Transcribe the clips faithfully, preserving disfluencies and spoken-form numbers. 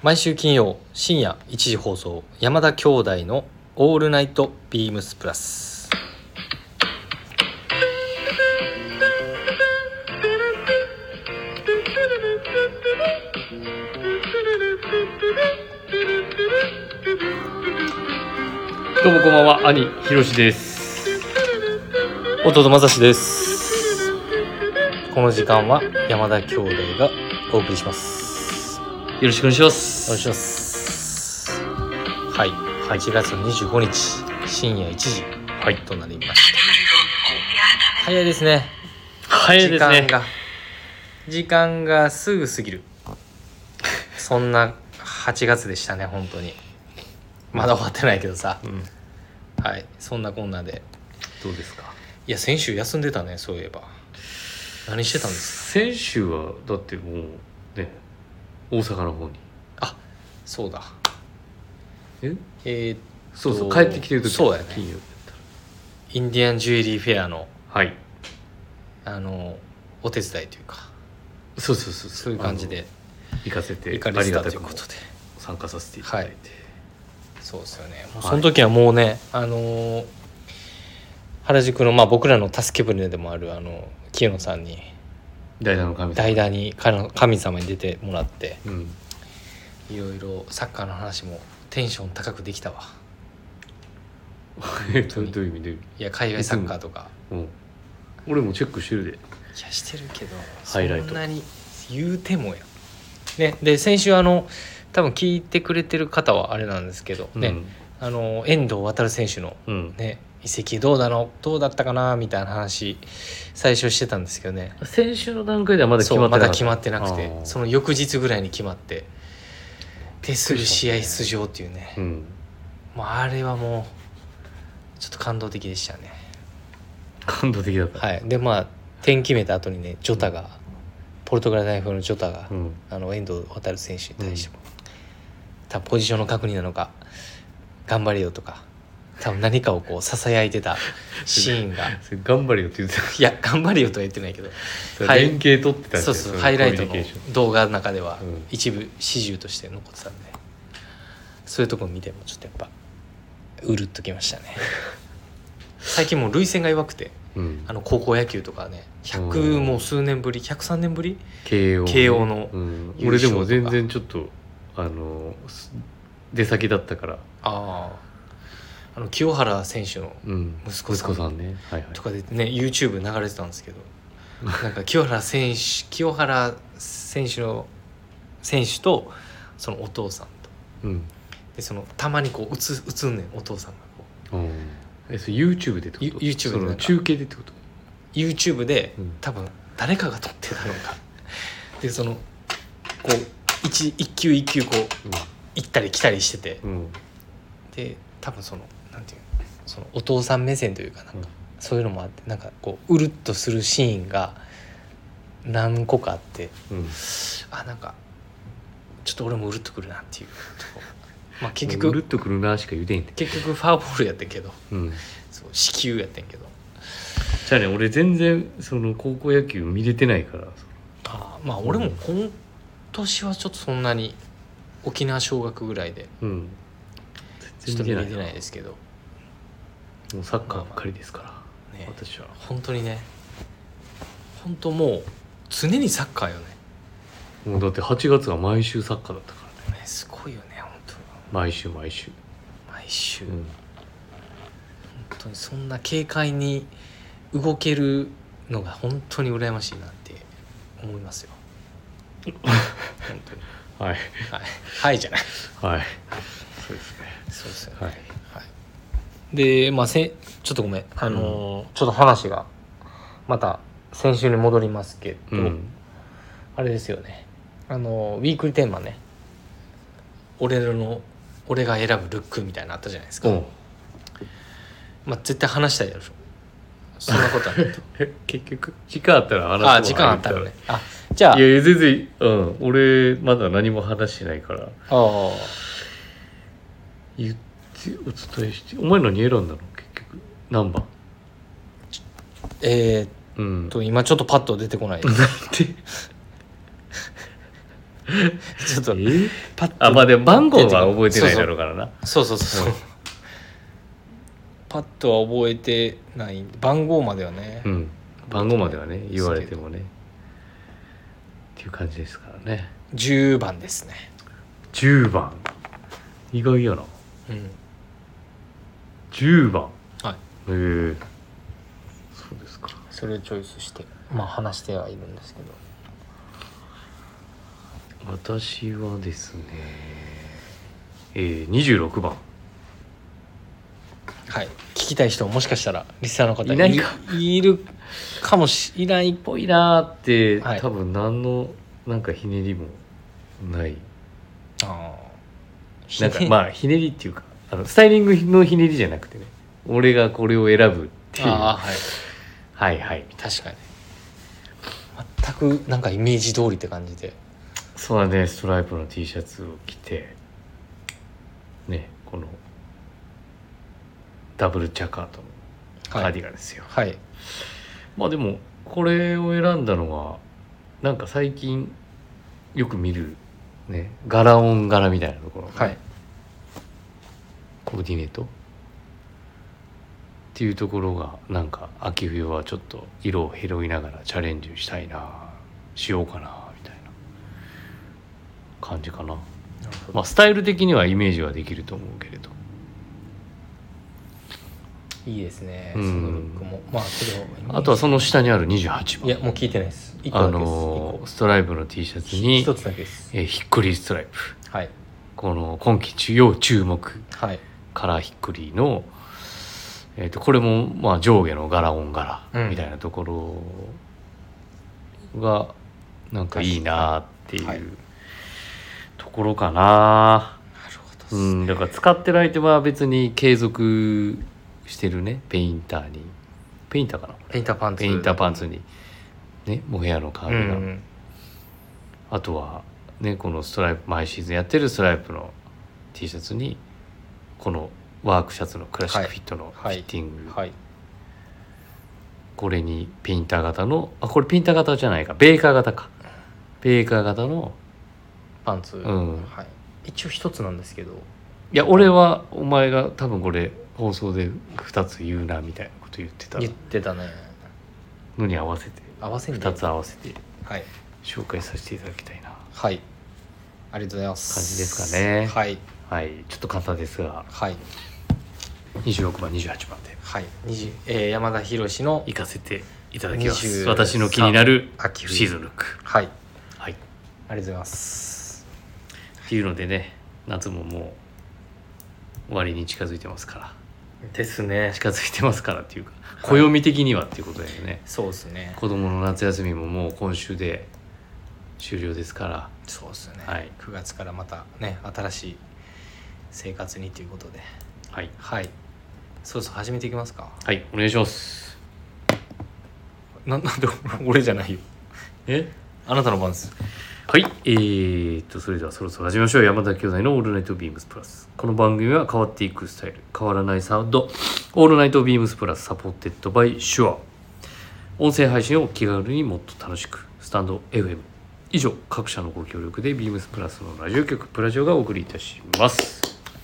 毎週金曜深夜いちじ放送、山田兄弟のオールナイトビームスプラス。 どうもこんばんは、兄ひろしです。 弟まさしです。この時間は山田兄弟がお送りします。 よろしくお願いします。 お願いします。はい、はちがつにじゅうごにち深夜いちじ、はい、となりました。早いですね。 早いですね。 時間が時間がすぐ過ぎる。そんなはちがつでしたね、本当に。まだ終わってないけどさ、うん、はい、そんなこんなで。 どうですか。 いや、先週休んでたね、そういえば。何してたんですか。先週はだってもうね、大阪の方に。 あ、そうだ。 ええー、っとそうそう、帰ってきてる時。 そうだよね。 金曜日だった。 インディアンジュエリーフェアの、 はい、 あのお手伝いというか、 そうそうそう、 そういう感じで行かせて、 行かれてたということで参加させていただいて、はい、 そうですよね。もうその時はもうね、はい、あのー、原宿の、まあ、僕らの助け舟でもあるあの清野さんに代打の神様代打に神様に出てもらって、 うん、 いろいろサッカーの話もテンション高くできたわ。 どういう意味で。いや、海外サッカーとか、 うん、俺もチェックしてるで。いや、してるけどハイライトそんなに言うてもや、ね、で先週あの多分聞いてくれてる方はあれなんですけどね、うん、あの遠藤航選手の、ね、うん、移籍どうだのどうだったかなみたいな話最初してたんですけどね。 先週の段階ではまだ決まってなかった。 まだ決まってなくて、その翌日ぐらいに決まってですぐ試合出場っていうね、うん、もうあれはもうちょっと感動的でしたね。 感動的だった。 はい。で、まあ点決めた後にね、ジョタが、うん、ポルトガル代表のジョタが、うん、あの遠藤航選手に対しても、うん、多分ポジションの確認なのか頑張れよとか、多分何かをこうささやいてたシーンが頑張れよって言ってた。 いや、頑張れよとは言ってないけど、 連携取ってたんですよ。 そうそう、ハイライトの動画の中では一部始終として残ってたんで、そういうところ見てもちょっとやっぱうるっときましたね。最近もう涙腺が弱くて、うん、あの高校野球とかね、ひゃくもう数年ぶり、ひゃくさんねんぶり、 慶応、ね、 慶応の、 うん、俺でも全然ちょっとあの出先だったから、 ああの清原選手の息子さん、 うん、息子さんね、はいはい、 とかでね YouTube 流れてたんですけど、なんか清原選手清原選手の選手とそのお父さんと、うん、でそのたまにこう映映んねん、お父さんがこう、うん、 えそれ YouTube でってこと？ YouTube でなんか中継でってこと？ YouTube で、うん、多分誰かが撮ってたのかで、そのこう 一, 一球一球こう、うん、行ったり来たりしてて、うん、で多分そのなんていうそのお父さん目線というか、なんか、うん、そういうのもあって、なんかこううるっとするシーンが何個かあって、うん、あ、なんかちょっと俺もうるっとくるなっていうまあ結局うるっとくるなしか言うてんって、 結局ファウボールやってんけど、うん、そう四球やってんけど、 じゃあね、俺全然その高校野球見れてないから。 あ、まあ俺も今年はちょっとそんなに沖縄尚学ぐらいで、うん、ちょっと見れてないですけど、 もうサッカーばっかりですから、まあね、私は本当にね、本当もう常にサッカーよね。 もうだってはちがつは毎週サッカーだったからね。 ね、すごいよね、本当に。 毎週毎週毎週、うん、本当にそんな軽快に動けるのが本当に羨ましいなって思いますよ。本当に。 はい、 はい、はいじゃない。 はい。そうですね。 そうですよね。はい。はい、で、まあせちょっとごめん、あのーうん、ちょっと話がまた先週に戻りますけど、うん、あれですよね。あのー、ウィークリーテーマね。俺の俺が選ぶルックみたいなのあったじゃないですか。うん、まあ絶対話したいでしょ。そんなことはないと。 結局時間あったら話すわ。 あ、時間あったらね。あ、じゃあ。 いやいや全然、うん、俺まだ何も話してないから。ああ。言ってお伝えして。お前何選んだの結局？何番？ えー、っと、うん、今ちょっとパッと出てこないです。 なんで？ ちょっとパッとあまあでも番号は覚えてないだろうからな。 そうそうそうそう、うん、パッとは覚えてない番号まではね、 うん、番号まではね言われてもねっていう感じですからね。 じゅうばんですね。 じゅうばん意外やな。うん、じゅうばん。 はい。 へえそうですか。 それをチョイスしてまあ話してはいるんですけど、 私はですね、えー、にじゅうろくばん。 はい、聞きたい人もしかしたらリスナーの方いないかいるかもしいないっぽいなーって、 はい、 多分何のなんかひねりもない。あなんかまあひねりっていうかあのスタイリングのひねりじゃなくてね、俺がこれを選ぶっていう。あ、はい、はいはい確かに全くなんかイメージ通りって感じで。 そうだね。ストライプの T シャツを着てね、このダブルチャカートのカーディガンですよ。はい、はい、まあでもこれを選んだのはなんか最近よく見るね柄オン柄みたいなところ、ね、はい、コーディネートっていうところがなんか秋冬はちょっと色を拾いながらチャレンジしたいなしようかなみたいな感じかな。まあスタイル的にはイメージはできると思うけれど。 いいですね、うん、そのルックもまあけどあとはその下にあるにじゅうはちばん。 いやもう聞いてないです。 いっこだけです。あのー、ストライプの T シャツに一つだけです、 えー、ひっくりストライプ、 はい、 この今季中要注目、 はい、 カラーひっくりの、えー、とこれもまあ上下の柄オン柄みたいなところがなんかいいなっていうところかな。なるほどですね。うん、だから使ってる相手は別に継続してるね。ペインターにペインターかなペインターパンツペインターパンツにねモヘアのカーディガン、うんうん、あとはねこのストライプ毎シーズンやってるストライプの T シャツにこのワークシャツのクラシックフィットのフィッティング、はいはいはい、これにペインター型のあこれペインター型じゃないかベーカー型かベーカー型のパンツ、うんはい、一応一つなんですけどいや俺はお前が多分これ放送でふたつ言うなみたいなこと言ってた言ってたねのに合わせて合わせふたつ合わせて紹介させていただきたいな。 はいありがとうございます感じですかね。 はい、 はい、ちょっと簡単ですが、 はい、 にじゅうろくばんにじゅうはちばんで、 はいえー、山田博の行かせていただきます。私の気になるシーズンルック。 はい、 はい、ありがとうございます。 っていうのでね夏ももう終わりに近づいてますからですね近づいてますからっていうか、はい、暦的にはっていうことだよね。 そうですね。 子供の夏休みももう今週で終了ですから。 そうですね、 はい、 くがつからまたね新しい生活にということではい、 はい、そうそう始めていきますか。 はいお願いします。 な, なんで俺じゃないよえあなたの番です。 はいえー、っとそれではそろそろ始めましょう。山田兄弟のオールナイトビームスプラス。この番組は変わっていくスタイル変わらないサウンドオールナイトビームスプラスサポーテッドバイシュア。音声配信を気軽にもっと楽しくスタンド エフエム 以上各社のご協力でビームスプラスのラジオ局プラジオがお送りいたします。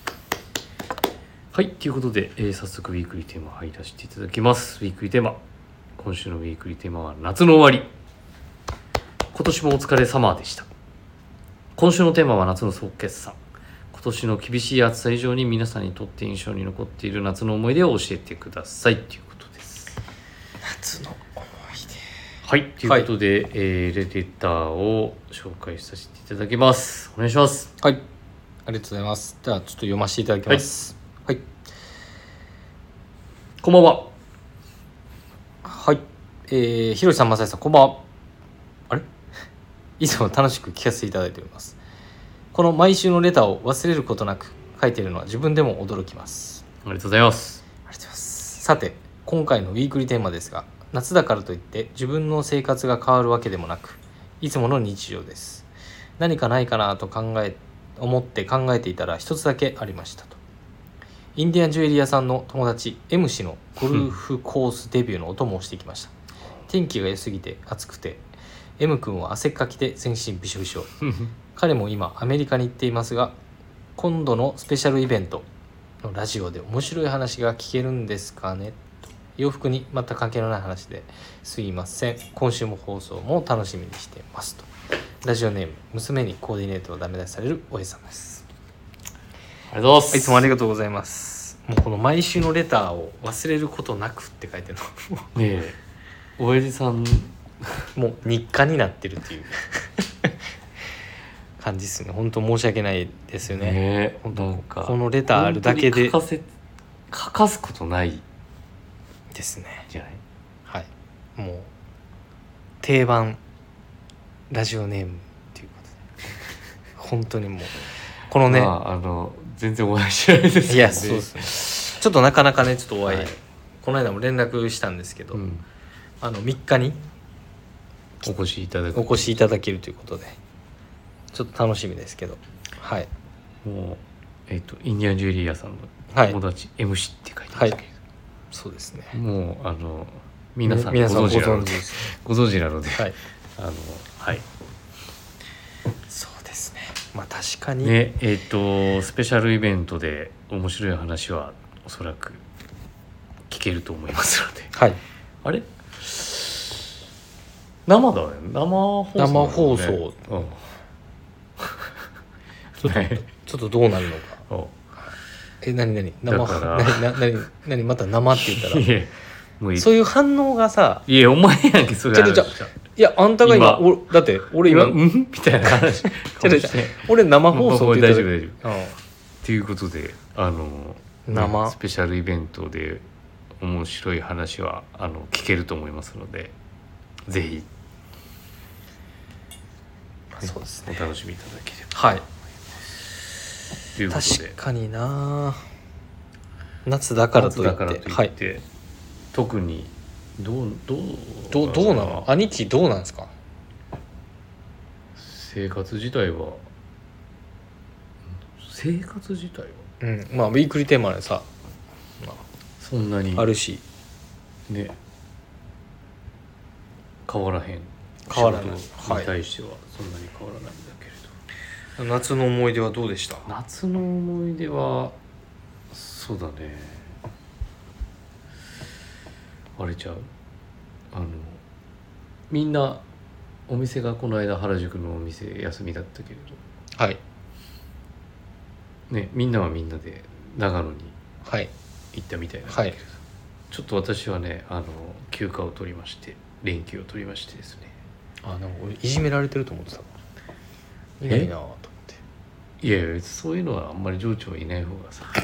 はいということで、えー、早速ウィークリーテーマ入らせていただきます。ウィークリーテーマ今週のウィークリーテーマは夏の終わり。今年もお疲れ様でした。今週のテーマは夏の総決算。今年の厳しい暑さ以上に皆さんにとって印象に残っている夏の思い出を教えてくださいということです。 夏の思い出。 はいということで、はいえー、レデーターを紹介させていただきます。お願いします。 はいありがとうございます。ではちょっと読ませていただきます。はい、はい、 こんばんは。 はいえー、ひろしさんまさやさんこんばんは。あれいつも楽しく聞かせていただいております。この毎週のレターを忘れることなく書いているのは自分でも驚きます。 ありがとうございます。 ありがとうございます。さて今回のウィークリーテーマですが、夏だからといって自分の生活が変わるわけでもなくいつもの日常です。何かないかなと考え思って考えていたら一つだけありましたと。インディアンジュエリー屋さんの友達 M 氏のゴルフコースデビューのお供をしてきました。天気が良すぎて暑くて M 君は汗っかきで全身びしょびしょ彼も今アメリカに行っていますが、今度のスペシャルイベントのラジオで面白い話が聞けるんですかねと。洋服に全く関係のない話ですいません。今週も放送も楽しみにしていますと。ラジオネーム、娘にコーディネートをダメ出しされるおじさんです。 ありがとうございます。 いつもありがとうございます。もうこの毎週のレターを忘れることなくって書いてるのねえ、親父さんもう日課になってるっていう感じですね。本当申し訳ないですよね。 ね、 本当なんかこのレターあるだけで欠かせ欠かすことないですね。 じゃない。 はい、もう定番ラジオネームっていうことで本当にもうこのね、 まあ、あの全然お会いしないですけどね。 いやそうですね。ちょっとなかなかねちょっとお会い、はい、この間も連絡したんですけど、うん、あのみっかにお越しいただくお越しいただけるということでちょっと楽しみですけど、はい。 もうえっ、ー、とインディアンジュエリー屋さんの友達、はい、エムシー って書いてましたけど、はい、 そうですね。 もうあの皆さんご存知なので、 ご存知なので、 はい、 あのはい。 そうですね。まあ確かにね、えっ、ー、とスペシャルイベントで面白い話はおそらく聞けると思いますので、 はい。 あれ生だね、生放送、ね、 生放送、うん、ちょっとちょっとどうなるのか。え、何何生何何何また生って言ったらいやもういい、そういう反応がさ、 いやお前やんけそれ。 いやあんたが今、今だって俺今うんみたいな話俺生放送って言ったら大丈夫大丈夫っていうことで、あの生スペシャルイベントで面白い話はあの聞けると思いますので、ぜひ、 そうですね、 お楽しみいただければ。 はい。 ということで、 確かにな、夏だからといって、 といって、はい、特にどうどうどうどうなの？兄貴どうなんですか？ 生活自体は生活自体はうんまあウィークリーテーマでさ、まあ、 そんなにあるしね、変わらへん。 変わらない。 に対してはそんなに変わらないんだけれど、 はい、夏の思い出はどうでした？ 夏の思い出はそうだね、あれちゃう、あのみんなお店がこの間原宿のお店休みだったけれど、 はいね、みんなはみんなで長野に行ったみたいなんだけれど、はい、ちょっと私はね、あの休暇を取りまして、連休を取りましてですね、 あ、なんか俺いじめられてると思ってた。いないなと思って。 いやいや、そういうのはあんまり情緒はいない方がさ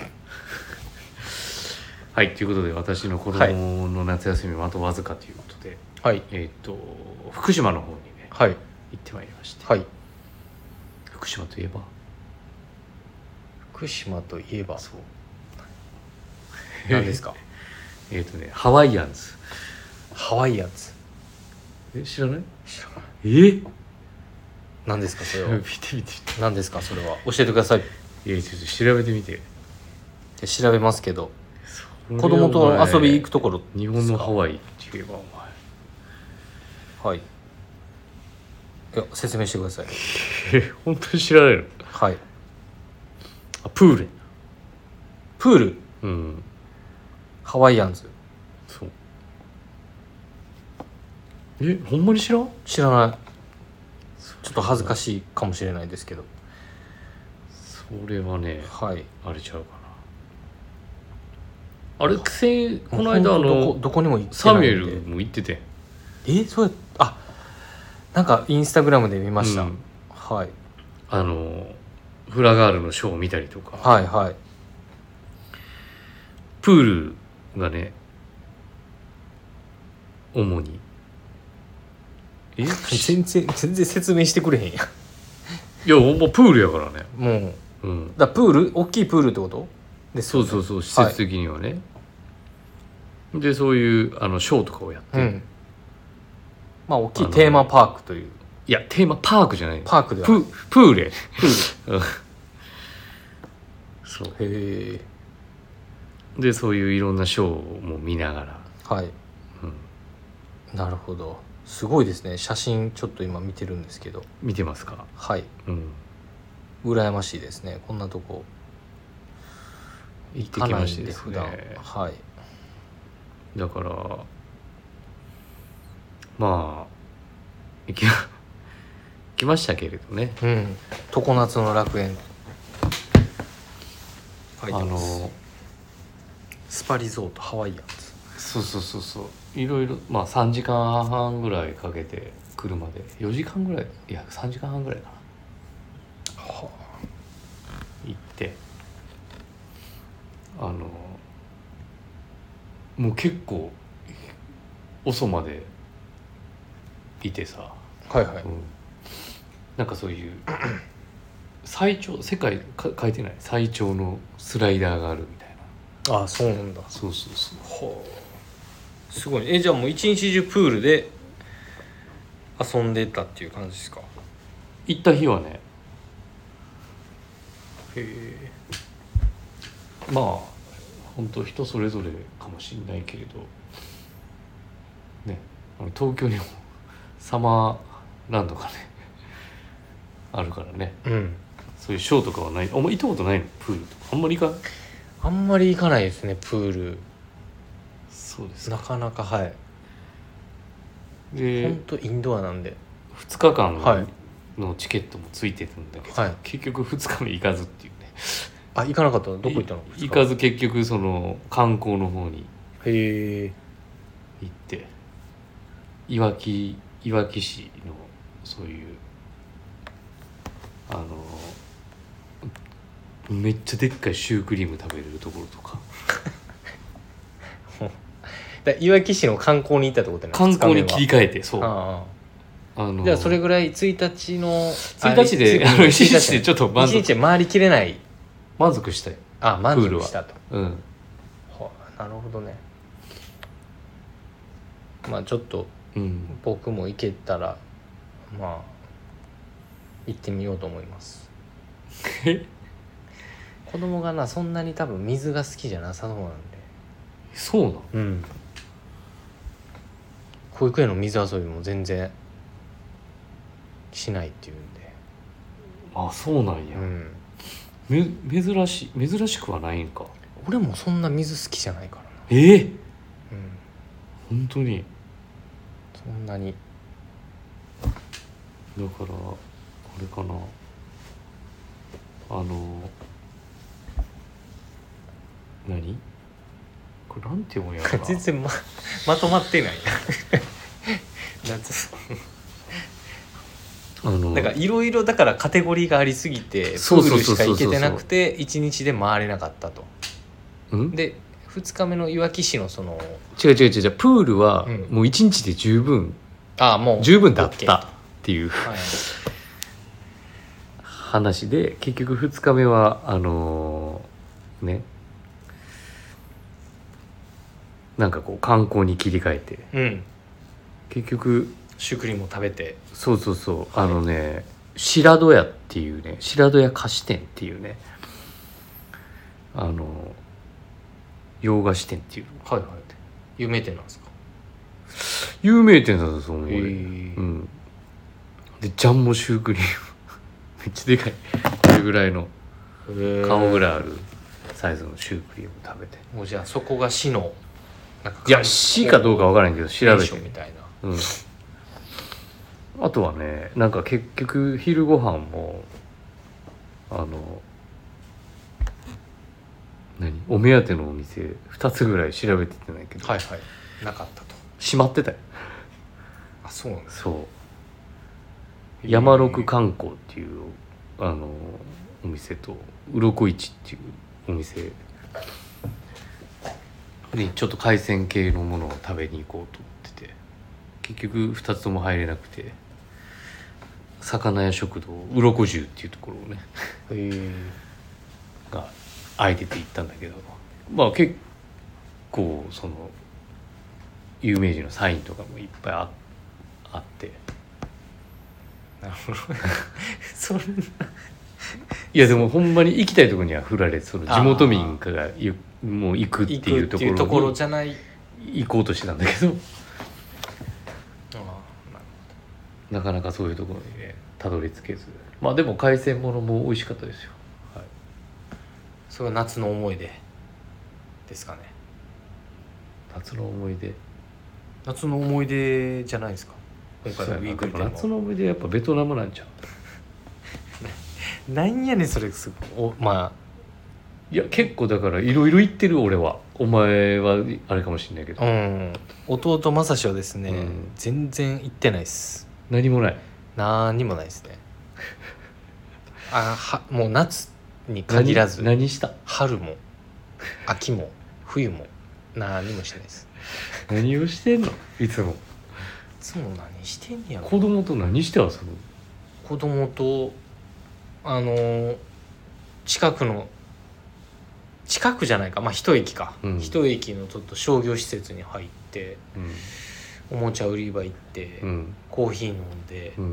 はい、ということで私の子供の夏休みもあとわずかということで、 はい、 えっ、ー、と福島の方にね、 はい、 行ってまいりまして、 はい、 福島といえば福島といえばそう何ですか？ えっとねハワイアンズ。 ハワイアンズ、 え、知らない？ 知らない。 え？ 何ですかそれは？ 見て見て。 何ですかそれは？教えてください。 いやちょっと調べてみて。 調べますけど、子供と遊び行くところ。 日本のハワイって言えばお前。はい。いや説明してください。 え、本当に知らないの？ はい。 あ、プール。 プール。 うん。 ハワイアンズ。 そう。え、ほんまに知らん？ 知らない。ちょっと恥ずかしいかもしれないですけど。 それはね、 はい、 あれちゃうかな。あれせこの間あのどこ、どこにも行ってないんで。 サミュエルも行ってて。 え、そうや、あ、なんかインスタグラムで見ました。うん、はい。 あのフラガールのショーを見たりとか。 はいはい。 プールがね、主に。 え全然全然説明してくれへんやん。いやほんまプールやからね。 もう、うん、 だプール大きいプールってことですよね。 そうそうそう、施設的にはね、はい、でそういうあのショーとかをやって、うん、 まあ大きいテーマパークという。 いやテーマパークじゃない、 パークではププールプールそう。 へえ。でそういういろんなショーも見ながら、 はい、うん、なるほど。すごいですね。写真ちょっと今見てるんですけど。 見てますか？ はい、 うん、 羨ましいですね。こんなとこ行ってきましたですね。 普段はい。 だからまあ行き行きましたけれどね。 うん。常夏の楽園書いてあます。 のスパリゾートハワイアンズ。 そうそうそうそういろいろまあさんじかんはんぐらいかけて車でよじかんぐらいいやさんじかんはんぐらいかなは行ってあのもう結構遅までいてさ、 あ、はいはい、 うん、なんかそういう最長世界か書いてない最長のスライダーがあるみたいな。 ああそうなんだ。 そうそうそうはあすごいね。えじゃあもう一日中プールで遊んでたっていう感じですか？ 行った日はねへえ。 まあ本当人それぞれかもしれないけれどねあの東京にもサマーランドがねあるからねうんそういうショーとかはない。お前行ったことないのプールとかあんまり行かん。 あんまり行かないですねプール。 そうですなかなかはいでほんとインドアなんで。 ふつかかんはいのチケットもついてるんだけど、 はい結局ふつかめ行かずっていうね。 あ行かなかったの？どこ行ったの？ い行かず結局その観光の方にへえ。 行っていわきいわき市のそういうあのめっちゃでっかいシュークリーム食べれるところとかだいわき市の観光に行ったってことね。 観光に切り替えてそうああのあじゃあそれぐらいついたちのついたちであのいちにちでちょっと満いちにち足で回りきれない。 満足したよ。 あ満プールは足したと。 うんはあ、なるほどね。まあちょっとうん僕も行けたらまあ行ってみようと思います。 え子供がなそんなに多分水が好きじゃなさそうなんで。 そうなの。 うん保育園の水遊びも全然しないっていうんで。 あそうなんや、 うんめ珍しい珍しくはないんか。 俺もそんな水好きじゃないからな。 ええうん本当に。 そんなに。 だからあれかなあの何これなんて読むんやろな全然 ま, まとまってない夏あのだからいろいろだからカテゴリーがありすぎてプそうールしそうそうそうか行けてなくていちにちで回れなかったと。 うんでふつかめのいわき市のその違う違う違うプールはうんもう一日で十分、 ああもう十分だっ OK たっていうはい話で結局ふつかめはあのーねなんかこう観光に切り替えてうん結局シュークリームを食べて。 そうそうそう、 はいあのね白戸屋っていうね白戸屋菓子店っていうねあの洋菓子店っていうはいはい有名店なんですか？ 有名店だと思うへ俺、 ーうん、でジャンボシュークリームめっちゃでかいこれぐらいの顔ぐらいあるサイズのシュークリーム食べて、 もうじゃあそこが市のなんかいや市かどうかわからんけど調べてみたいな。 うんあとはねなんか結局昼ご飯もあの何お目当てのお店ふたつぐらい調べててないけど、 はいはいなかったと。 閉まってたよ。 あそうなんです。 そう山六観光っていうあのお店と鱗市っていうお店にちょっと海鮮系のものを食べに行こうと思ってて結局ふたつとも入れなくて魚屋食堂鱗重っていうところをねへえが空いてて行ったんだけどまあ結構その有名人のサインとかもいっぱい あ, あってなるほどそんないやでもほんまに行きたいところには振られその地元民がゆもう行くって行くいうところっていうところにじゃない。 行こうとしてたんだけどああなるなかなかそういうところにねたどり着けずまあでも海鮮ものも美味しかったですよ、はい、 それが夏の思い出ですかね。 夏の思い出夏の思い出じゃないですか今回のウィークリーテーマ。 夏の思い出やっぱベトナムなんちゃうなんやねんそれすおまあいや結構だからいろいろ言ってる俺は。お前はあれかもしれないけど、 うん、弟正志はですね、 うん、 全然行ってないです。 何もない。 何にもないですねあはもう夏に限らず何, 何した春も秋も冬も何にもしてないです。 何をしてんのいつも。いつも何してんねやろ。 子供と何して遊ぶ？ 子供とあの近くの近くじゃないかまあ一駅か、うん、一駅のちょっと商業施設に入って、うん、おもちゃ売り場行って、うん、コーヒー飲んで、うん、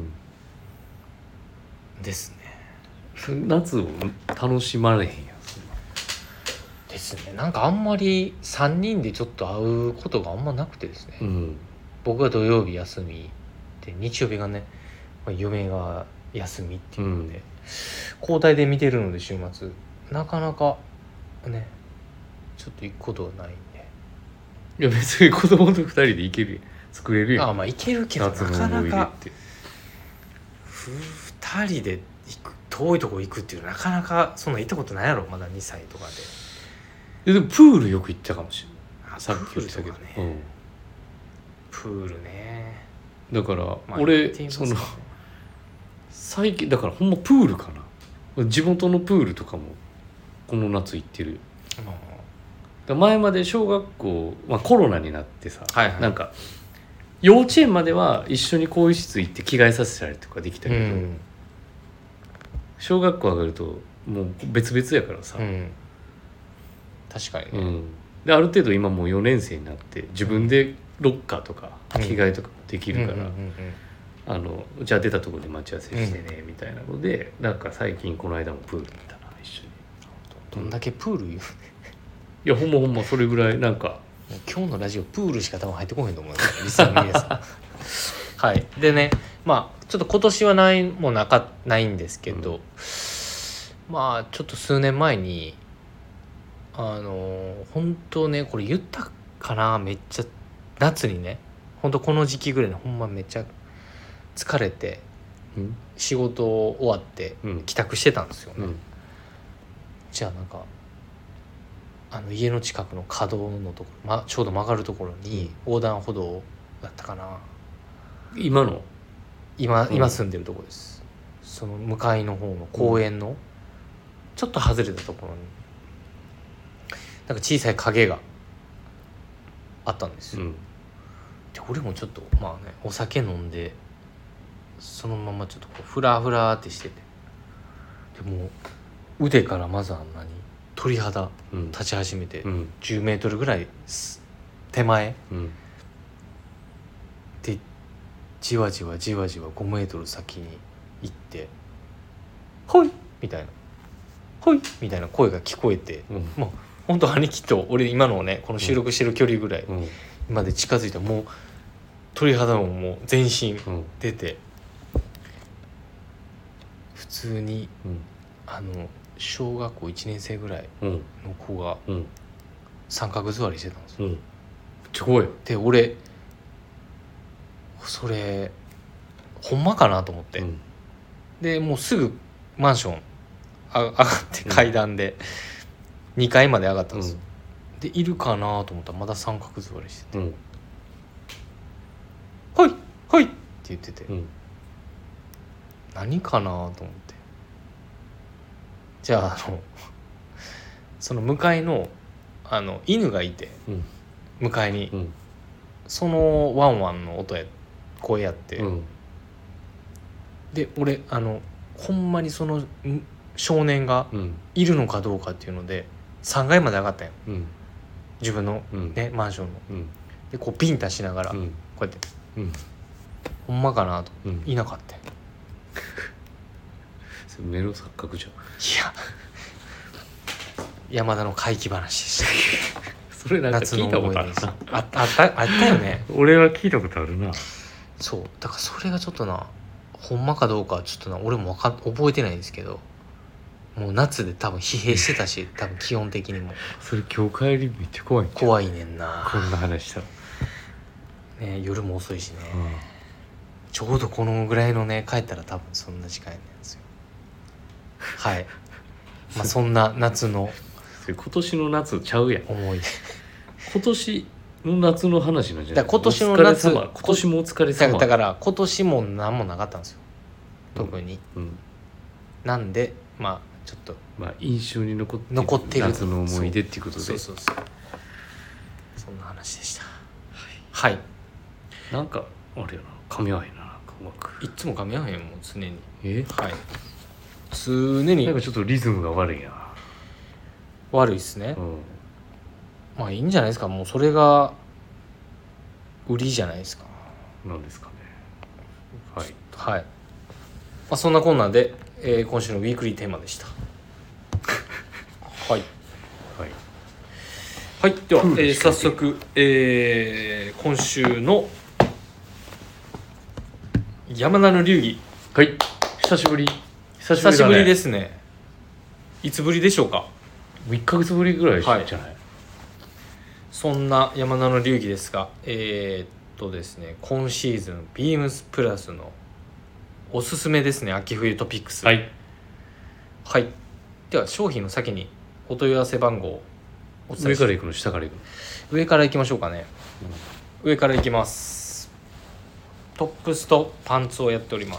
ですね。 夏を楽しまれへんやつですね。なんかあんまりさんにんでちょっと会うことがあんまなくてですね、うん、僕が土曜日休みで日曜日がね、まあ、嫁が休みっていうので、うん、交代で見てるので週末なかなかねちょっと行くことはないんで。 いや別に子供とふたりで行ける作れるやん。 ああまあ行けるけどなかなかふたりで行く遠いとこ行くっていうなかなかそんな行ったことないやろまだにさいとかで。いやでもプールよく行ったかもしれない。さっき言ったけどね、うん、プールね。 だから、まあ、俺、ね、その最近だからほんまプールかな。地元のプールとかもこの夏行ってる。前まで小学校、まあ、コロナになってさ、はいはい、なんか幼稚園までは一緒に更衣室行って着替えさせたりとかできたけど、うん、小学校上がるともう別々やからさ、うん、 確かにね、 うん、である程度今もうよねん生になって自分でロッカーとか着替えとかできるから、あのじゃあ出たところで待ち合わせしてね、うん、みたいなのでなんか最近この間もプールに行ったな一緒に。 どんだけプール言うね。 いやほんまほんまそれぐらいなんか今日のラジオプールしか多分入ってこへんと思うよリスナーの皆さんはいでねまあちょっと今年はないもなかないんですけど、うん、まあちょっと数年前にあの本当ねこれ言ったかなめっちゃ夏にね本当この時期ぐらいにほんまめっちゃ疲れて、うん、仕事終わって帰宅してたんですよね、うん、じゃあなんかあの家の近くの角道のところ、ま、ちょうど曲がるところに横断歩道だったかな。 今の今, 今住んでるところです。その向かいの方の公園のちょっと外れたところになんか小さい影があったんですよ、うん、で俺もちょっとまあねお酒飲んでそのままちょっとこうフラフラってしててでも腕からまずあんなに鳥肌立ち始めて、うん、じゅうメートルぐらい手前、うん、でじわじわじわじわごメートル先に行ってほいみたいなほいみたいな声が聞こえて、うん、もうほんと兄貴と俺今のねこの収録してる距離ぐらいまで近づいたらもう鳥肌ももう全身出て、うん、普通に、うん、あの小学校いちねん生ぐらいの子が三角座りしてたんですよ、うん、 すごい。 で俺それほんまかなと思って、うん、でもうすぐマンションあ上がって階段でにかいまで上がったんですよ、うん、でいるかなと思ったらまだ三角座りしてて、うん、ほいほいって言ってて、うん、何かなと思ってじゃああのその向かいのあの犬がいて、うん、向かいに、うん、そのワンワンの音や声やって、うん、で俺あのほんまにその少年がいるのかどうかっていうのでさんがいまで上がったよ、うん、自分の、ねマンションの、うん、でこうビンタしながら、うん、こうやって、うん、ほんまかなと、うん、いなかったよ目の錯覚じゃん。いや山田の怪奇話でしたそれなんか聞いたことあるな。 あったあったあったよね俺は聞いたことあるな。 そうだからそれがちょっとなほんまかどうかはちょっとな俺もわか覚えてないんですけど、もう夏で多分疲弊してたし多分基本的にもそれ今日帰りめっちゃ怖いんちゃう怖いねんなこんな話したら、 ね、夜も遅いしね、 うんちょうどこのぐらいのね帰ったら多分そんな時間なんですよ。はいまあそんな夏のそれ今年の夏ちゃうやん。 思い出今年の夏の話なんじゃない？ だから今年の夏お疲れ様今年もお疲れだ様だから今年も何もなかったんですよ特に、 うんうんなんでまあちょっとまあ印象に残ってる残ってる夏の思い出っていうことで、 そうそうそうそんな話でした。はい、はい、 なんかあれやな噛み合わへんななんかうまくいっつも噛み合わへんもん常に。 えはい常になんかちょっとリズムが悪いな。 悪いっすね、 うんまあいいんじゃないですか。もうそれが売りじゃないですか。 なんですかね。はいはい、まあ、そんなこんなんで、えー今週のウィークリーテーマでしたはいはいはい、では、えー、 プールしか早速、えー、今週の山田の流儀、 はい久しぶり久しぶりだね。 久しぶりですね。いつぶりでしょうか。 いっかげつぶりぐらいじゃない、はい、 そんな山田の流儀ですが、えー、っとですね今シーズンビームスプラスのおすすめですね秋冬トピックス。 はいはい、では商品の先にお問い合わせ番号をお伝えし上から行くの下から行くの？ 上から行きましょうかね、うん、上から行きます。トップスとパンツをやっております。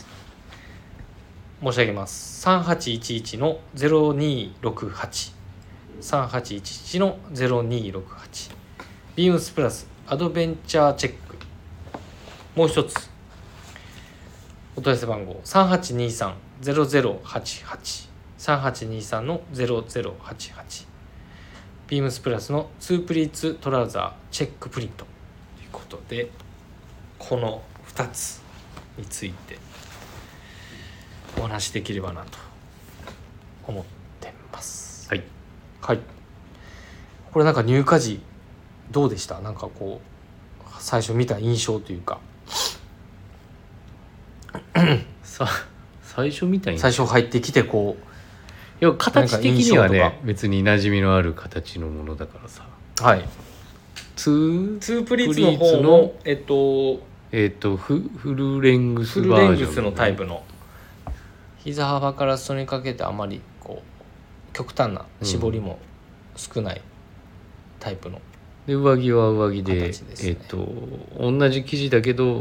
申し上げます。さんはちいちいちのゼロにろくはち さんはちいちいちのゼロにろくはちビームスプラスアドベンチャーチェック。もう一つお問い合わせ番号 さんはちにさんゼロゼロはちはち さんはちにさんのゼロゼロはちはちビームスプラスのツープリーツトラウザーチェックプリントということで、このふたつについてお話しできればなと思ってます。 はいはい。これなんか入荷時どうでした？なんかこう最初見た印象というかさ最初みたいに最初入ってきてこういや形的にはなんか印象とね別に馴染みのある形のものだからさ。 はいツーツープリーツの方のえっとえっとフフルレングスフバージョン、ね、 ルレングスのタイプの膝幅から裾にかけてあまりこう極端な絞りも少ないタイプの、 で上着は上着 で, 形ですねえっと同じ生地だけど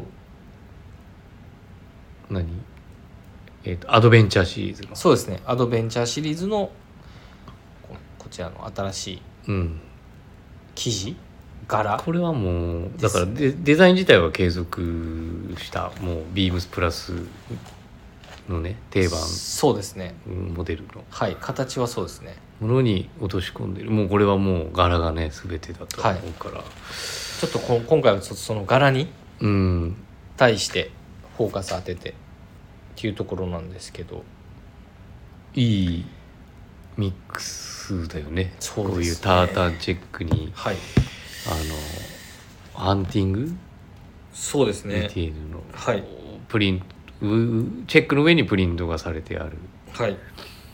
何えっとアドベンチャーシリーズのそうですねアドベンチャーシリーズの こ, こちらの新しいうん生地柄これはもうだから デ, デザイン自体は継続したもうビームスプラスのね定番そうですねモデルのはい形はそうですねものに落とし込んでる。もうこれはもう柄がね全てだと思うから、はい、 ちょっとこ今回はちょっとその柄に対してフォーカス当ててっていうところなんですけど、 いいミックスだよね。 そうですねこういうタータンチェックに、 はい、 あのハンティングそうですねディテールの、 はい、 プリントチェックの上にプリントがされてある、 はい、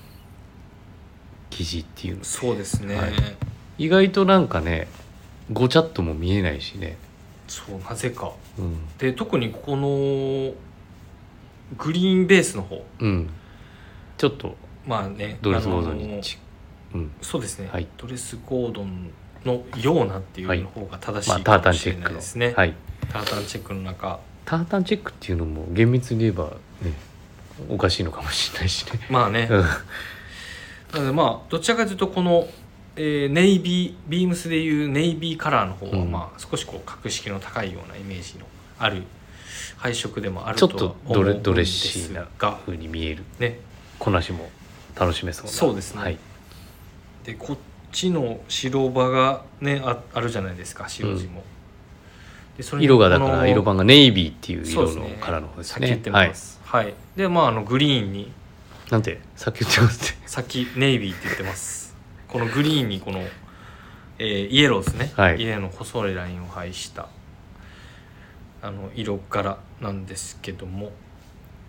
生地っていうの。 そうですね、はい、 意外となんかねごちゃっとも見えないしね。 そうなぜか、 うん、 で特にこのグリーンベースの方、 うん、ちょっとまあねドレスゴードンに、 うん、そうですね、 はい、 ドレスゴードンのようなっていうの方が正しいはい、 かもしれないですね、 まあ、タータンチェックの、はい、 タータンチェックの中タータンチェックっていうのも厳密に言えばねおかしいのかもしれないしね。 まあねなのでまあどちらかというとこの、えー、ネイビービームスでいうネイビーカラーの方は、まあ少しこう格式の高いようなイメージのある配色でもあるとは思うんですが、 ちょっとドレッシーな風に見える、 ね、 こなしも楽しめそうな。 そうですね、はい、でこっちの白場がね あ, あるじゃないですか白地も、うん、でそれ色がだから色番がネイビーっていう色のカラーの方ですね。 先言ってます、はい、はい、でまああのグリーンになんてさっき言ってますってさっきネイビーって言ってます。このグリーンにこの、えー、イエローですね、 はい、 イエローの細いラインを配したあの色柄なんですけども、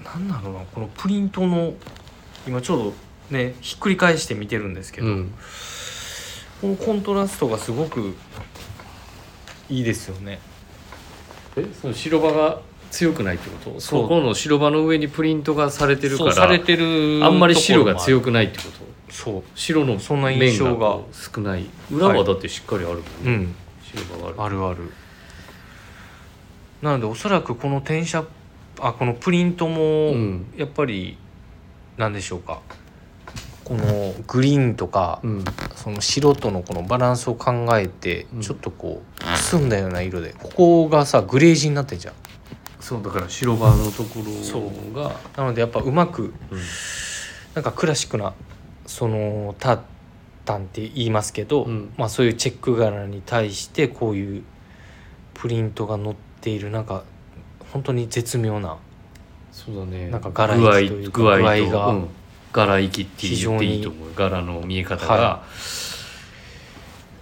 なんだろうな、このプリントの今ちょうどねひっくり返して見てるんですけど、うん、このコントラストがすごくいいですよね。 え、その白場が強くないってこと？そこの白場の上にプリントがされてるからされてるあんまり白が強くないってこと？ そう、 白のそんな印象が少ない。裏はだってしっかりあるもんね、はい、うん、 白場があるあるある。なのでおそらくこの転写あこのプリントもやっぱり何でしょうか、このグリーンとか、うん、その白とのこのバランスを考えてちょっとこう澄んだような色で、ここがさグレージになってんじゃん。 そうだから白バーのところがなのでやっぱうまく、うん、なんかクラシックなそのタータンって言いますけど、うん、まあそういうチェック柄に対してこういうプリントが載っている、なんか本当に絶妙な、 そうだね、 なんか柄行きというか具合が、うん、 柄行きって言っていいと思う。柄の見え方が、はい、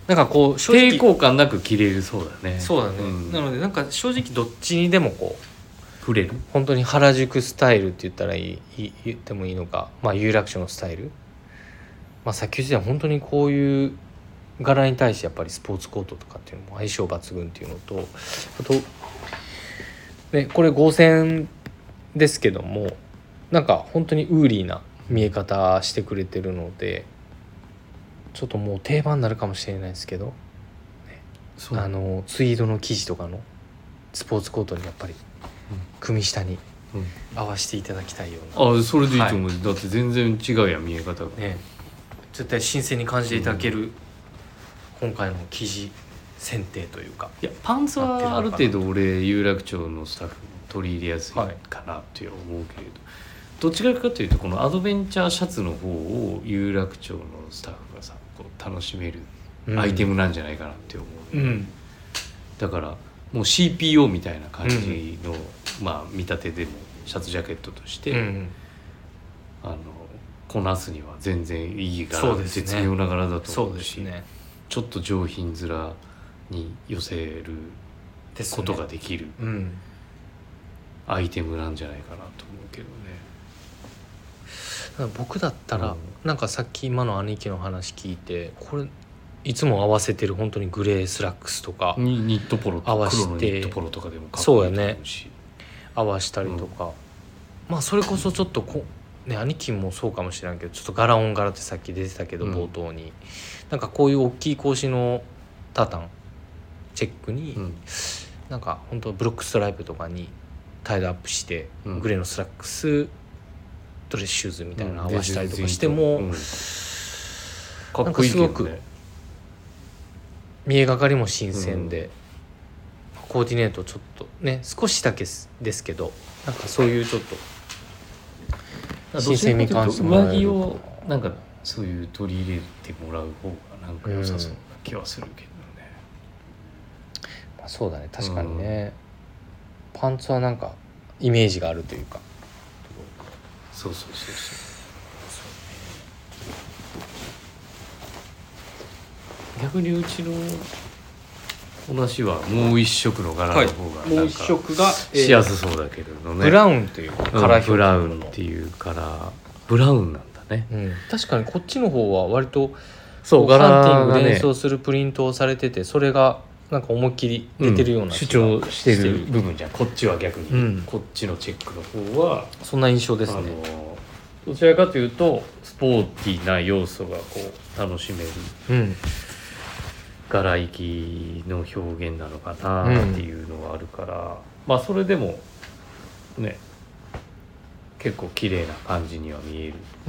なんかこう正直抵抗感なく着れる。そうだね。 そうだね、うん、なのでなんか正直どっちにでもこう触れる、 本当に原宿スタイルって言ったらいい言ってもいいのか、まあ有楽町のスタイル、まあさっき言ってた本当にこういう柄に対してやっぱりスポーツコートとかっていうのも相性抜群っていうのと、あとねこれ合成ですけども、なんか本当にウーリーな見え方してくれてるので、ちょっともう定番になるかもしれないですけど、ね、あのツイードの生地とかのスポーツコートにやっぱり組下に合わせていただきたいような、 うん、あそれでいいと思う、はい、だって全然違うやん見え方がね。絶対新鮮に感じていただける、うん、今回の生地選定というか。 いやパンツはある程度俺有楽町のスタッフも取り入れやすいかなって思うけれど、はい、どっちかというとこのアドベンチャーシャツの方を有楽町のスタッフがさこう楽しめるアイテムなんじゃないかなって思う、うん、だからもう シーピーオー みたいな感じの、うん、まあ見立てでもシャツジャケットとして、うん、あのこなすには全然いい柄、ね、絶妙な柄だと思うし、そうですね、ちょっと上品面に寄せることができる、ね、うん、アイテムなんじゃないかなと思うけどね。僕だったら、うん、なんかさっき今の兄貴の話聞いて、これいつも合わせてる本当にグレースラックスとかニットポロとか黒のニットポロとかでもかっこいいと思うし、そうやね、 合わしたりとか、うん、まあそれこそちょっとこね、兄貴もそうかもしれないけど、ちょっと柄オン柄ってさっき出てたけど、うん、冒頭になんかこういう大きい格子のタタンチェックに、うん、なんか本当ブロックストライプとかにタイドアップして、うん、グレーのスラックスドレスシューズみたいなの合わせたりとかしても、うん、かっこいいけどね、なんかすごく見えがかりも新鮮で、うん、コーディネートちょっとね少しだけですけど、なんかそういうちょっと新鮮味感じてもらえる、上着をなんかそういう取り入れてもらう方がなんか良さそうな気はするけどね、 うん、まあ、そうだね、確かにね、うん、パンツはなんかイメージがあるというか、 そうそうそうそう、逆にうちの同じはもう一色の柄の方がなんかしやすそうだけれどね、 ブラウンというカラー、 うん、ブラウンっていうカラー、ブラウンなんだね、 うん、確かにこっちの方は割とそうハンティングで連想するプリントをされてて、それがなんか思いっきり出てるような、うん、 主張してる部分じゃん。こっちは逆に、うん、こっちのチェックの方はそんな印象ですね。あのどちらかというとスポーティーな要素がこう楽しめる、うん、柄行きの表現なのかなっていうのがあるから、うん、まあそれでもね結構綺麗な感じには見える、うん、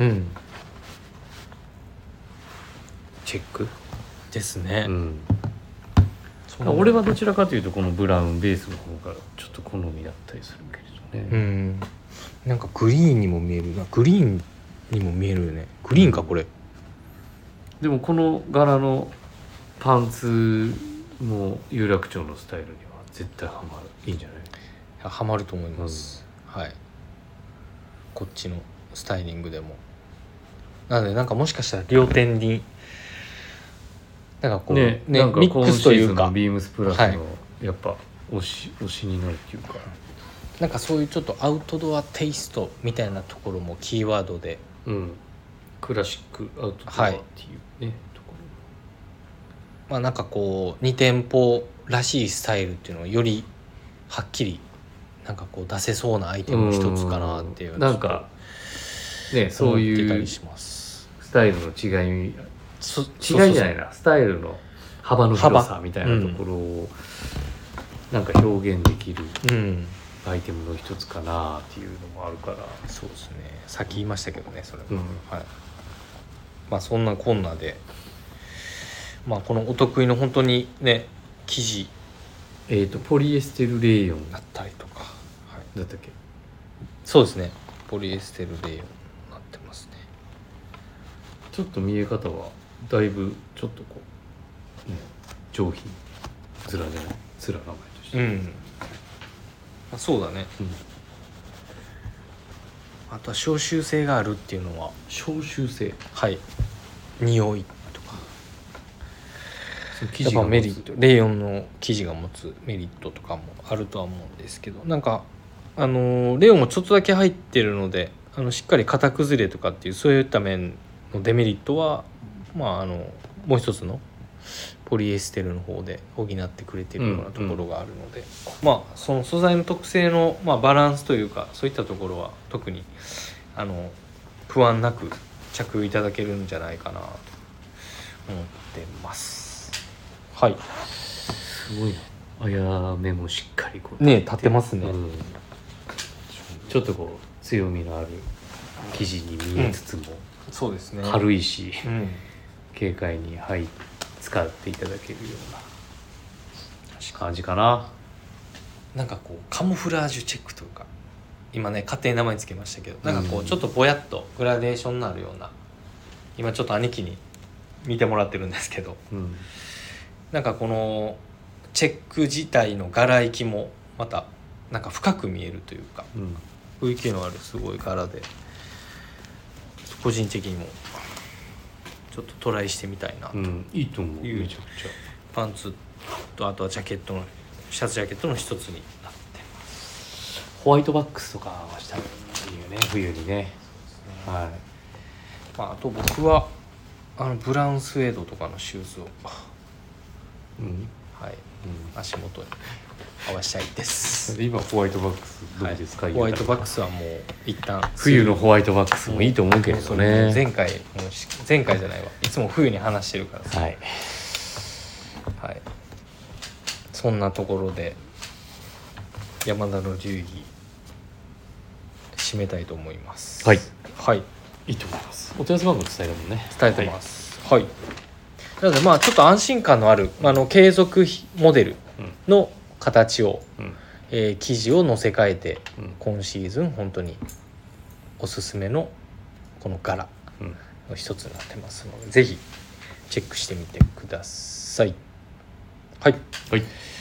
チェックですね、うん、 俺はどちらかというとこのブラウンベースの方がちょっと好みだったりするけどね、うん、 なんかグリーンにも見えるな、グリーンにも見えるよね、グリーンかこれ、うん、 でもこの柄のパンツも有楽町のスタイルには絶対ハマる、いいんじゃない？ ハマると思います、うん、はい、こっちのスタイリングでも。なのでなんかもしかしたら両点になんかこうね、ね、なんかミックスというかビームスプラスのやっぱ推し、はい、推しになるっていうか、 なんかそういうちょっとアウトドアテイストみたいなところもキーワードで、 うん、クラシックアウトドアっていうね、はい、ところまあなんかこうに店舗らしいスタイルっていうのをよりはっきりなんかこう出せそうなアイテムの一つかなっていう、 うん、なんかねそういうスタイルの違い違いじゃないな、スタイルの幅の広さみたいなところをなんか表現できる、うんアイテムの一つかなっていうのもあるから。 そうですね、さっき言いましたけどねそれも、うんはい、まあそんなこんなで、まあ、このお得意の本当にね生地えっ、ー、とポリエステルレーヨンだったりとか、はい、だったっけ。 そうですね、ポリエステルレーヨンになってますね。 ちょっと見え方はだいぶちょっとこう、ね、上品ずらじゃないずら名前として、うんあそうだね、うん、あとは消臭性があるっていうのは消臭性はい匂いとかその生地が持つメリットレーヨンの生地が持つメリットとかもあるとは思うんですけどなんかあのレーヨンもちょっとだけ入ってるのであのしっかり型崩れとかっていうそういった面のデメリットはまああのもう一つのポリエステルの方で補ってくれてるようなところがあるので、うんうん、まあその素材の特性の、まあ、バランスというかそういったところは特にあの不安なく着用いただけるんじゃないかなと思ってます。はい。 すごいあやめもしっかりこうね立ってますね、うん、 ちょっとこう強みのある生地に見えつつも、 うん、そうですね軽いし、 うん、 軽快に入って使っていただけるような感じかな。 なんかこうカモフラージュチェックというか今ね勝手に名前つけましたけどなんかこうちょっとぼやっとグラデーションのあるような今ちょっと兄貴に見てもらってるんですけど、うん、なんかこのチェック自体の柄行きもまたなんか深く見えるというか、うん、雰囲気のあるすごい柄で個人的にもちょっとトライしてみたいなという、うん、 いいと思う。めちゃくちゃパンツとあとはジャケットのシャツジャケットの一つになってます。 ホワイトバックスとかはしたらいいよね冬にね。はい。 まあ、あと僕はあのブラウンスウェードとかのシューズを、うんはいうん、足元に合わせたいです。 今ホワイトバックスどうですか、 はい、ホワイトバックスはもう一旦冬のホワイトバックスもいいと思うけどね。 前回も前回じゃないわいつも冬に話してるからさ、 はいはい、そんなところで山田の流儀締めたいと思います。 はい、 はい、 いいと思います。お問い合わせ番号伝えるもんね。 伝えてます。はい、はい、なのでまあちょっと安心感のあるあの継続モデルの形を、うんえー、生地を乗せ替えて、うん、今シーズン本当におすすめのこの柄の一つになってますので、うん、ぜひチェックしてみてください。はい、 はい、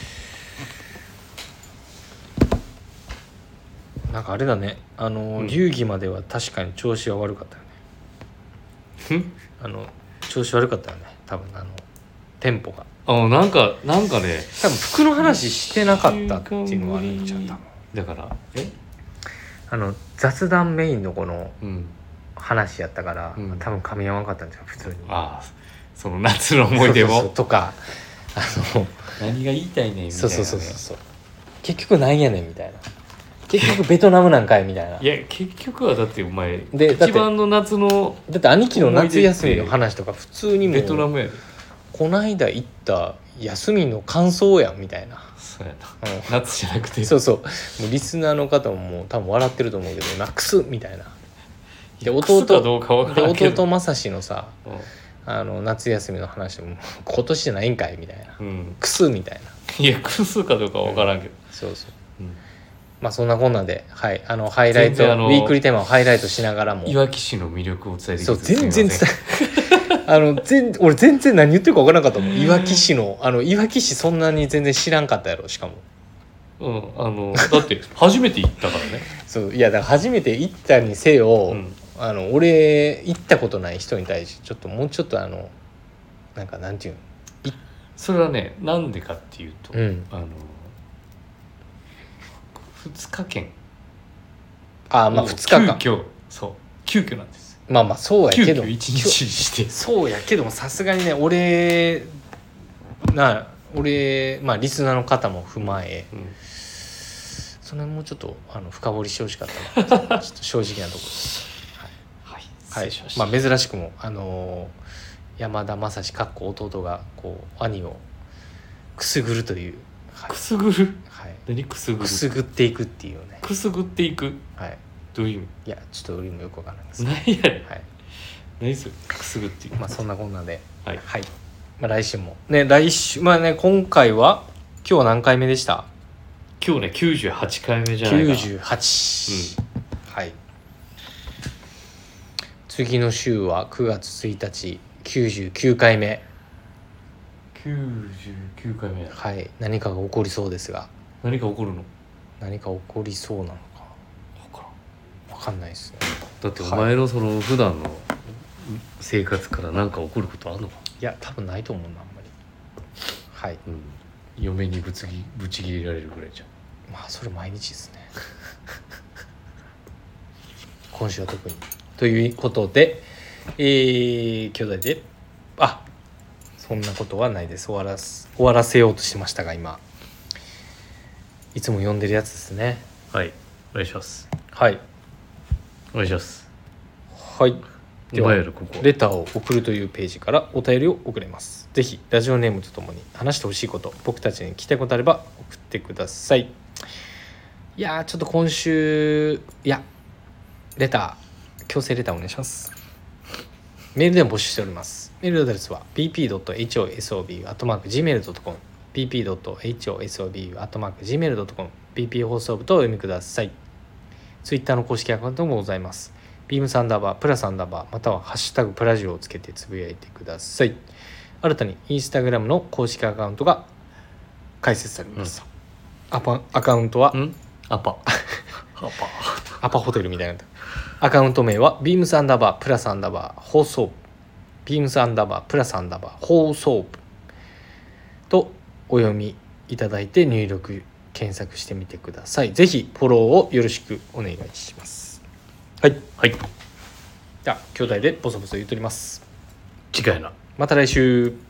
なんかあれだねあの、うん、流儀までは確かに調子は悪かったよねあの調子悪かったよね多分あのテンポがあなんかなんかね多分服の話してなかったっていうのはあるんちゃう多分だからえあの雑談メインのこの話やったから、うん、多分噛み合わなかったんじゃん普通に。 ああその夏の思い出もそうそうそうとかあの何が言いたいねんみたいな、ね、 そうそうそうそう結局なんやねんみたいな結局ベトナムなんかいみたいな。 いや結局はだってお前で一番の夏のだって兄貴の夏休みの話とか普通にもベトナムやでこないだ行った休みの感想やんみたいな。 そうやな、うん、夏じゃなくてそうそうもうリスナーの方ももう多分笑ってると思うけどなくすみたいな。で弟で弟正志のさ、うんあの夏休みの話も今年じゃないんかいみたいな、うん、クスみたいないやクスかどうかは分からんけど、うん、 そうそう、うん、まあそんなこんなで、はい、あのハイライトウィークリーテーマをハイライトしながらもいわき市の魅力を伝えてきてそう全然伝えあの全俺全然何言ってるか分からなかったもんいわき市のあのいわき市そんなに全然知らんかったやろしかもうんあのだって初めて行ったからねそういやだから初めて行ったにせよ、うんあの俺行ったことない人に対してちょっともうちょっとあのなんかなんていうのそれはねなんでかっていうと、うん、あのふつかけんああまあふつかかん急遽そう急遽なんです。 まあまあそうやけど急遽いちにちにしてそうやけどもさすがにね俺な俺まあリスナーの方も踏まえ、うん、それもうちょっとあの深掘りしてほしかったなちょっと正直なところですはい、はいはい、まあ珍しくもあのー、山田正史かっこ弟がこう兄をくすぐるという、 はい、くすぐる、 はい、 何くすぐるくすぐっていくっていうねくすぐっていくはいどういう意味？ いやちょっと俺もよくわからないです何やねん、 はい、 何それくすぐっていく。 まあそんなこんなではい、 はい、まあ、来週もね来週まあね今回は今日は何回目でした？ 今日ねきゅうじゅうはちかいめじゃないかな。 きゅうじゅうはち、うん、はい。次の週はくがつついたちきゅうじゅうきゅうかいめ。 きゅうじゅうきゅうかいめ。 はい。何かが起こりそうですが。 何か起こるの？ 何か起こりそうなのか。 分からん。 分かんないですね。 だってお前のその普段の生活から何か起こることあるのか？ いや多分ないと思うなあんまり。はい。 うん、嫁にぶつぎぶち切れられるぐらいじゃん。 まあそれ毎日ですね。今週は特にということで、えー、兄弟であそんなことはないです。終わらす終わらせようとしましたが今いつも読んでるやつですね。 はいお願いします。 はいお願いします。 はいではここレターを送るというページからお便りを送れます。ぜひラジオネームとともに話してほしいこと僕たちに聞きたいことあれば送ってください。いやーちょっと今週いやレター強制レターお願いします。メールでも募集しております。メールアドレスは ピーピードットエイチオーエスオービー アットマーク ジーメールドットコム ピーピードットエイチオーエスオービー アットマーク ジーメールドットコム ピーピー 放送部とお読みください。ツイッターの公式アカウントもございます。ビームサンダーバープラサンダーバーまたはハッシュタグプラジオをつけてつぶやいてください。新たにインスタグラムの公式アカウントが開設されます。うん、アパアカウントはんアパアパアパホテルみたいなアカウント名はビームサンダーバープラサンダーバー放送部ビームサンダーバープラサンダーバー放送部とお読みいただいて入力検索してみてください。ぜひフォローをよろしくお願いします。はいはい。 じゃあ兄弟でボソボソ言うとります。 次回な。 また来週。